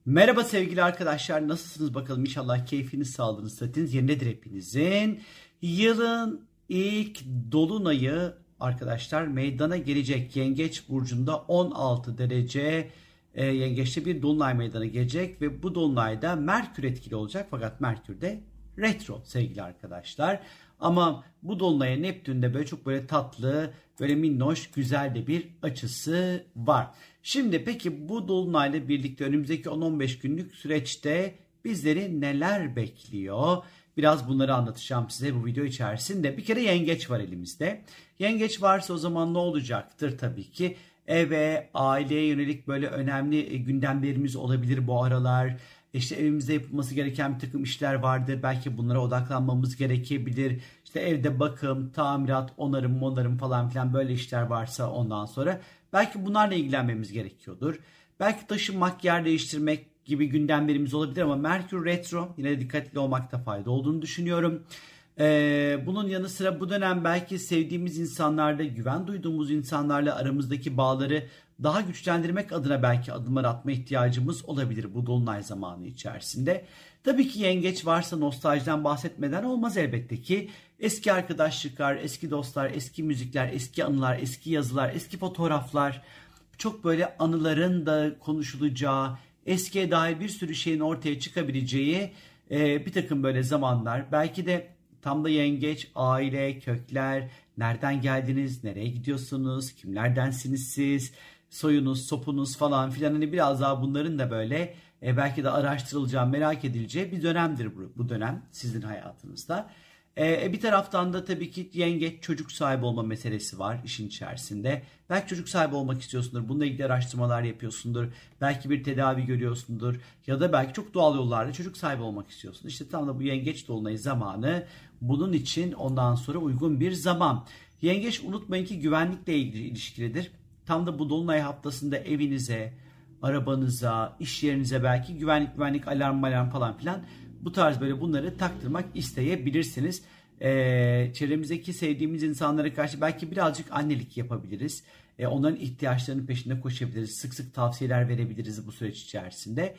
Merhaba sevgili arkadaşlar, nasılsınız bakalım? İnşallah keyfiniz, sağlığınız, sıhhatiniz yerindedir hepinizin. Yılın ilk dolunayı arkadaşlar meydana gelecek. Yengeç burcunda 16 derece yengeçte bir dolunay meydana gelecek ve bu dolunayda Merkür etkili olacak, fakat Merkür de retro sevgili arkadaşlar. Ama bu dolunaya Neptün'de böyle çok böyle tatlı, böyle minnoş, güzel de bir açısı var. Şimdi peki bu dolunayla birlikte önümüzdeki 10-15 günlük süreçte bizleri neler bekliyor? Biraz bunları anlatacağım size bu video içerisinde. Bir kere yengeç var elimizde. Yengeç varsa o zaman ne olacaktır? Tabii ki eve, aileye yönelik böyle önemli gündemlerimiz olabilir bu aralar. İşte evimizde yapılması gereken bir takım işler vardır. Belki bunlara odaklanmamız gerekebilir. İşte evde bakım, tamirat, onarım falan filan böyle işler varsa ondan sonra belki bunlarla ilgilenmemiz gerekiyordur. Belki taşınmak, yer değiştirmek gibi gündemlerimiz olabilir ama Merkür Retro, yine de dikkatli olmakta fayda olduğunu düşünüyorum. Bunun yanı sıra bu dönem belki sevdiğimiz insanlarla, güven duyduğumuz insanlarla aramızdaki bağları daha güçlendirmek adına belki adımlar atma ihtiyacımız olabilir bu dolunay zamanı içerisinde. Tabii ki yengeç varsa nostaljiden bahsetmeden olmaz elbette ki. Eski arkadaşlıklar, eski dostlar, eski müzikler, eski anılar, eski yazılar, eski fotoğraflar, çok böyle anıların da konuşulacağı, eskiye dair bir sürü şeyin ortaya çıkabileceği bir takım böyle zamanlar. Belki de tam da yengeç, aile, kökler, nereden geldiniz, nereye gidiyorsunuz, kimlerdensiniz siz, soyunuz, sopunuz falan filan, hani biraz daha bunların da böyle belki de araştırılacağı, merak edileceği bir dönemdir bu dönem sizin hayatınızda. Bir taraftan da tabii ki yengeç çocuk sahibi olma meselesi var işin içerisinde. Belki çocuk sahibi olmak istiyorsundur. Bununla ilgili araştırmalar yapıyorsundur. Belki bir tedavi görüyorsundur. Ya da belki çok doğal yollarla çocuk sahibi olmak istiyorsun. İşte tam da bu yengeç dolunayı zamanı bunun için ondan sonra uygun bir zaman. Yengeç, unutmayın ki güvenlikle ilgili ilişkilidir. Tam da bu dolunay haftasında evinize, arabanıza, iş yerinize belki güvenlik alarm falan filan, bu tarz böyle bunları taktırmak isteyebilirsiniz. Çevremizdeki sevdiğimiz insanlara karşı belki birazcık annelik yapabiliriz. Onların ihtiyaçlarının peşinde koşabiliriz. Sık sık tavsiyeler verebiliriz bu süreç içerisinde.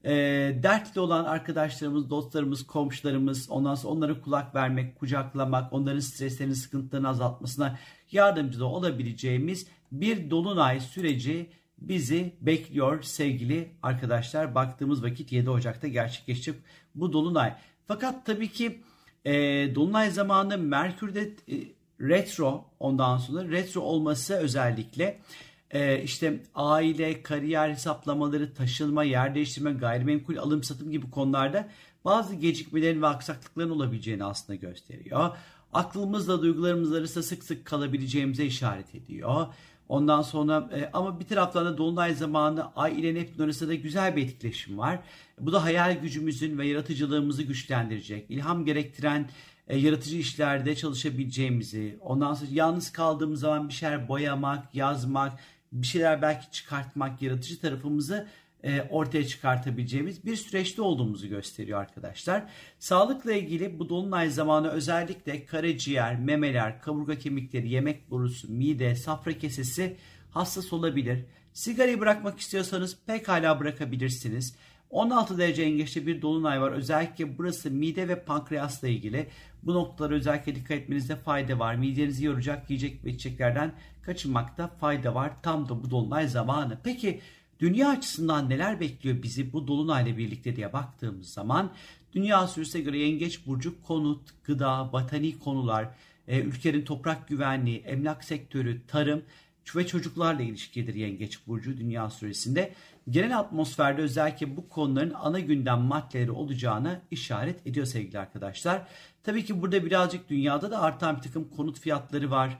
Dertli olan arkadaşlarımız, dostlarımız, komşularımız, ondan sonra onlara kulak vermek, kucaklamak, onların streslerini, sıkıntılarını azaltmasına yardımcı da olabileceğimiz bir dolunay süreci bizi bekliyor sevgili arkadaşlar. Baktığımız vakit 7 Ocak'ta gerçekleşecek bu dolunay. Fakat tabii ki dolunay zamanı Merkür'de retro, ondan sonra retro olması özellikle işte aile, kariyer hesaplamaları, taşınma, yer değiştirme, gayrimenkul alım satım gibi konularda bazı gecikmelerin ve aksaklıkların olabileceğini aslında gösteriyor. Aklımızla duygularımız arasında sık sık kalabileceğimize işaret ediyor. Ondan sonra ama bir taraftan da dolunay zamanı Ay ile Neptün arasında güzel bir etkileşim var. Bu da hayal gücümüzün ve yaratıcılığımızı güçlendirecek. İlham gerektiren yaratıcı işlerde çalışabileceğimizi, ondan sonra yalnız kaldığımız zaman bir şeyler boyamak, yazmak, bir şeyler belki çıkartmak, yaratıcı tarafımızı ortaya çıkartabileceğimiz bir süreçte olduğumuzu gösteriyor arkadaşlar. Sağlıkla ilgili bu dolunay zamanı özellikle karaciğer, memeler, kaburga kemikleri, yemek borusu, mide, safra kesesi hassas olabilir. Sigarayı bırakmak istiyorsanız pekala bırakabilirsiniz. 16 derece yengeçte bir dolunay var. Özellikle burası mide ve pankreasla ilgili. Bu noktalara özellikle dikkat etmenizde fayda var. Midenizi yoracak yiyecek ve içeceklerden kaçınmakta fayda var. Tam da bu dolunay zamanı. Peki dünya açısından neler bekliyor bizi bu dolunayla birlikte diye baktığımız zaman, dünya astrolojisine göre yengeç burcu konut, gıda, botani konular, ülkenin toprak güvenliği, emlak sektörü, tarım ve çocuklarla ilişkidir yengeç burcu dünya astrolojisinde. Genel atmosferde özellikle bu konuların ana gündem maddeleri olacağına işaret ediyor sevgili arkadaşlar. Tabii ki burada birazcık dünyada da artan bir takım konut fiyatları var.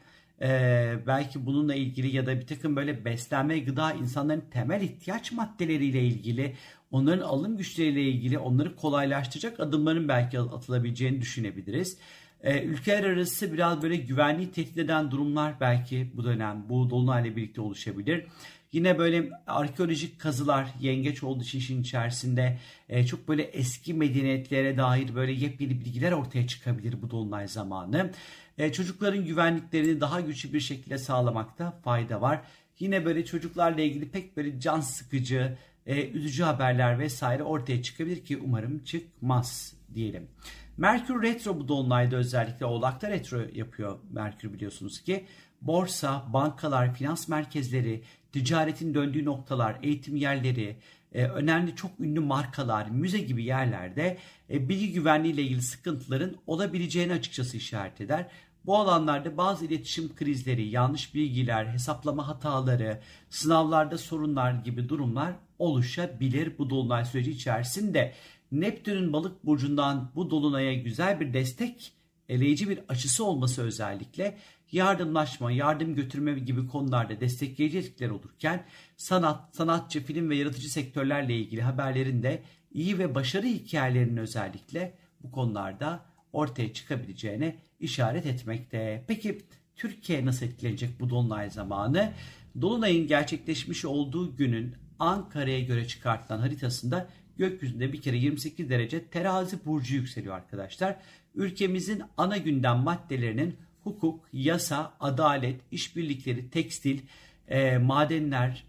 Belki bununla ilgili ya da bir takım böyle beslenme, gıda, insanların temel ihtiyaç maddeleriyle ilgili, onların alım güçleriyle ilgili, onları kolaylaştıracak adımların belki atılabileceğini düşünebiliriz. Ülkeler arası biraz böyle güvenliği tehdit eden durumlar belki bu dönem bu dolunayla birlikte oluşabilir. Yine böyle arkeolojik kazılar yengeç olduğu için işin içerisinde çok böyle eski medeniyetlere dair böyle yepyeni bilgiler ortaya çıkabilir bu dolunay zamanı. Çocukların güvenliklerini daha güçlü bir şekilde sağlamakta fayda var. Yine böyle çocuklarla ilgili pek böyle can sıkıcı, üzücü haberler vesaire ortaya çıkabilir ki umarım çıkmaz diyelim. Merkür retro bu dolunayda özellikle Oğlak'ta retro yapıyor Merkür biliyorsunuz ki. Borsa, bankalar, finans merkezleri, ticaretin döndüğü noktalar, eğitim yerleri, önemli çok ünlü markalar, müze gibi yerlerde bilgi güvenliği ile ilgili sıkıntıların olabileceğini açıkçası işaret eder. Bu alanlarda bazı iletişim krizleri, yanlış bilgiler, hesaplama hataları, sınavlarda sorunlar gibi durumlar oluşabilir bu dolunay süreci içerisinde. Neptün'ün balık burcundan bu dolunaya güzel bir destek, eleyici bir açısı olması özellikle yardımlaşma, yardım götürme gibi konularda destekleyici etkiler olurken sanat, sanatçı, film ve yaratıcı sektörlerle ilgili haberlerin de iyi ve başarı hikayelerinin özellikle bu konularda ortaya çıkabileceğine işaret etmekte. Peki Türkiye nasıl etkilenecek bu dolunay zamanı? Dolunayın gerçekleşmiş olduğu günün Ankara'ya göre çıkartılan haritasında gökyüzünde bir kere 28 derece Terazi burcu yükseliyor arkadaşlar. Ülkemizin ana gündem maddelerinin hukuk, yasa, adalet, işbirlikleri, tekstil, madenler,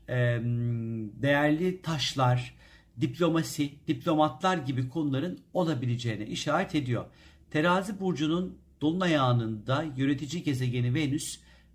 değerli taşlar, diplomasi, diplomatlar gibi konuların olabileceğine işaret ediyor. Terazi burcunun dolunay anında yönetici gezegeni Venüs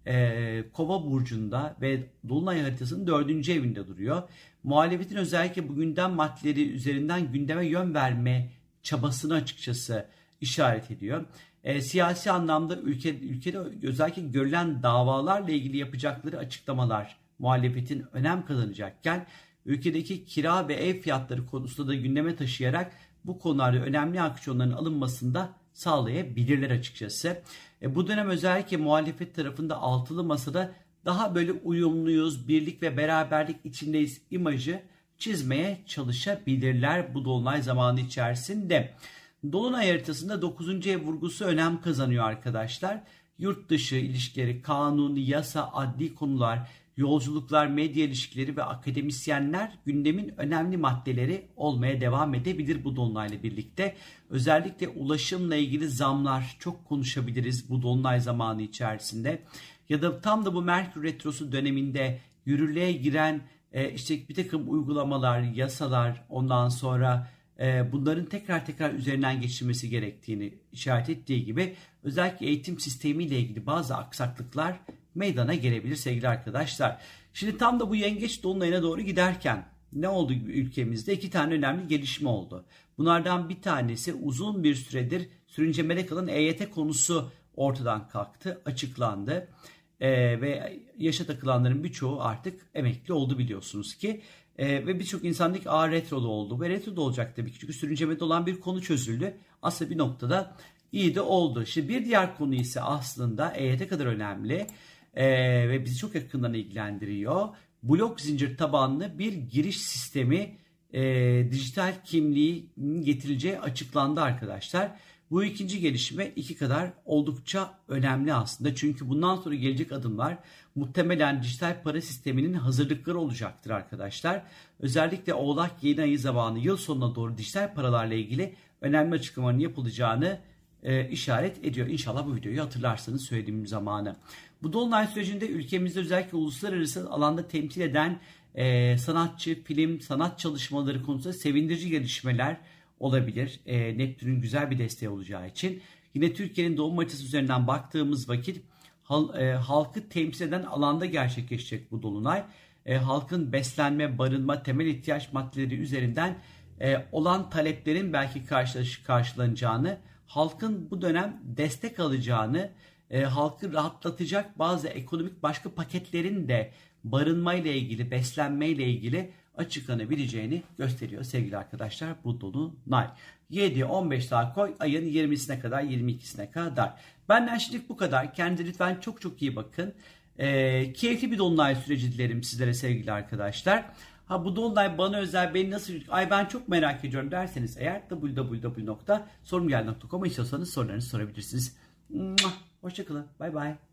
Kova burcunda ve dolunay haritasının 4. evinde duruyor. Muhalefetin özellikle bu gündem maddeleri üzerinden gündeme yön verme çabasını açıkçası işaret ediyor. Siyasi anlamda ülkede özellikle görülen davalarla ilgili yapacakları açıklamalar muhalefetin önem kazanacakken ülkedeki kira ve ev fiyatları konusunda da gündeme taşıyarak bu konularda önemli aksiyonların alınmasında sağlayabilirler açıkçası. Bu dönem özellikle muhalefet tarafında altılı masada daha böyle uyumluyuz, birlik ve beraberlik içindeyiz imajı çizmeye çalışabilirler bu dolunay zamanı içerisinde. Dolunay haritasında 9. ev vurgusu önem kazanıyor arkadaşlar. Yurt dışı ilişkileri, kanun, yasa, adli konular, yolculuklar, medya ilişkileri ve akademisyenler gündemin önemli maddeleri olmaya devam edebilir bu dolunayla birlikte. Özellikle ulaşımla ilgili zamlar çok konuşabiliriz bu dolunay zamanı içerisinde. Ya da tam da bu Merkür Retrosu döneminde yürürlüğe giren işte bir takım uygulamalar, yasalar, ondan sonra bunların tekrar üzerinden geçilmesi gerektiğini işaret ettiği gibi özellikle eğitim sistemiyle ilgili bazı aksaklıklar meydana gelebilir sevgili arkadaşlar. Şimdi tam da bu yengeç dolunayına doğru giderken ne oldu ülkemizde? 2 tane önemli gelişme oldu. Bunlardan bir tanesi uzun bir süredir sürüncemede kalan EYT konusu ortadan kalktı, açıklandı. Ve yaşa takılanların birçoğu artık emekli oldu biliyorsunuz ki. Ve birçok insanlık retroda oldu. Ve retroda olacak tabii ki çünkü sürüncemede olan bir konu çözüldü. Aslında bir noktada iyi de oldu. Şimdi bir diğer konu ise aslında EYT kadar önemli ve bizi çok yakından ilgilendiriyor. Blok zincir tabanlı bir giriş sistemi dijital kimliğin getirileceği açıklandı arkadaşlar. Bu ikinci gelişme iki kadar oldukça önemli aslında. Çünkü bundan sonra gelecek adımlar muhtemelen dijital para sisteminin hazırlıkları olacaktır arkadaşlar. Özellikle Oğlak yeni ayı zamanı yıl sonuna doğru dijital paralarla ilgili önemli açıklamaların yapılacağını işaret ediyor. İnşallah bu videoyu hatırlarsınız söylediğim zamanı. Bu dolunay sürecinde ülkemizde özellikle uluslararası alanda temsil eden sanatçı, film, sanat çalışmaları konusunda sevindirici gelişmeler olabilir. Neptün'ün güzel bir desteği olacağı için. Yine Türkiye'nin doğum haritası üzerinden baktığımız vakit halkı temsil eden alanda gerçekleşecek bu dolunay. Halkın beslenme, barınma, temel ihtiyaç maddeleri üzerinden olan taleplerin belki karşılanacağını, halkın bu dönem destek alacağını, halkı rahatlatacak bazı ekonomik başka paketlerin de barınma ile ilgili, beslenme ile ilgili açıklanabileceğini gösteriyor sevgili arkadaşlar bu dolunay. 7-15 daha koy ayın 20'sine kadar 22'sine kadar. Benden şimdilik bu kadar. Kendinize lütfen çok iyi bakın. Keyifli bir dolunay süreci dilerim sizlere sevgili arkadaşlar. Bu dolunay bana özel, beni nasıl ben çok merak ediyorum derseniz eğer www.sorumgel.com'a istiyorsanız sorularınızı sorabilirsiniz. Hoşçakalın. Bay bay.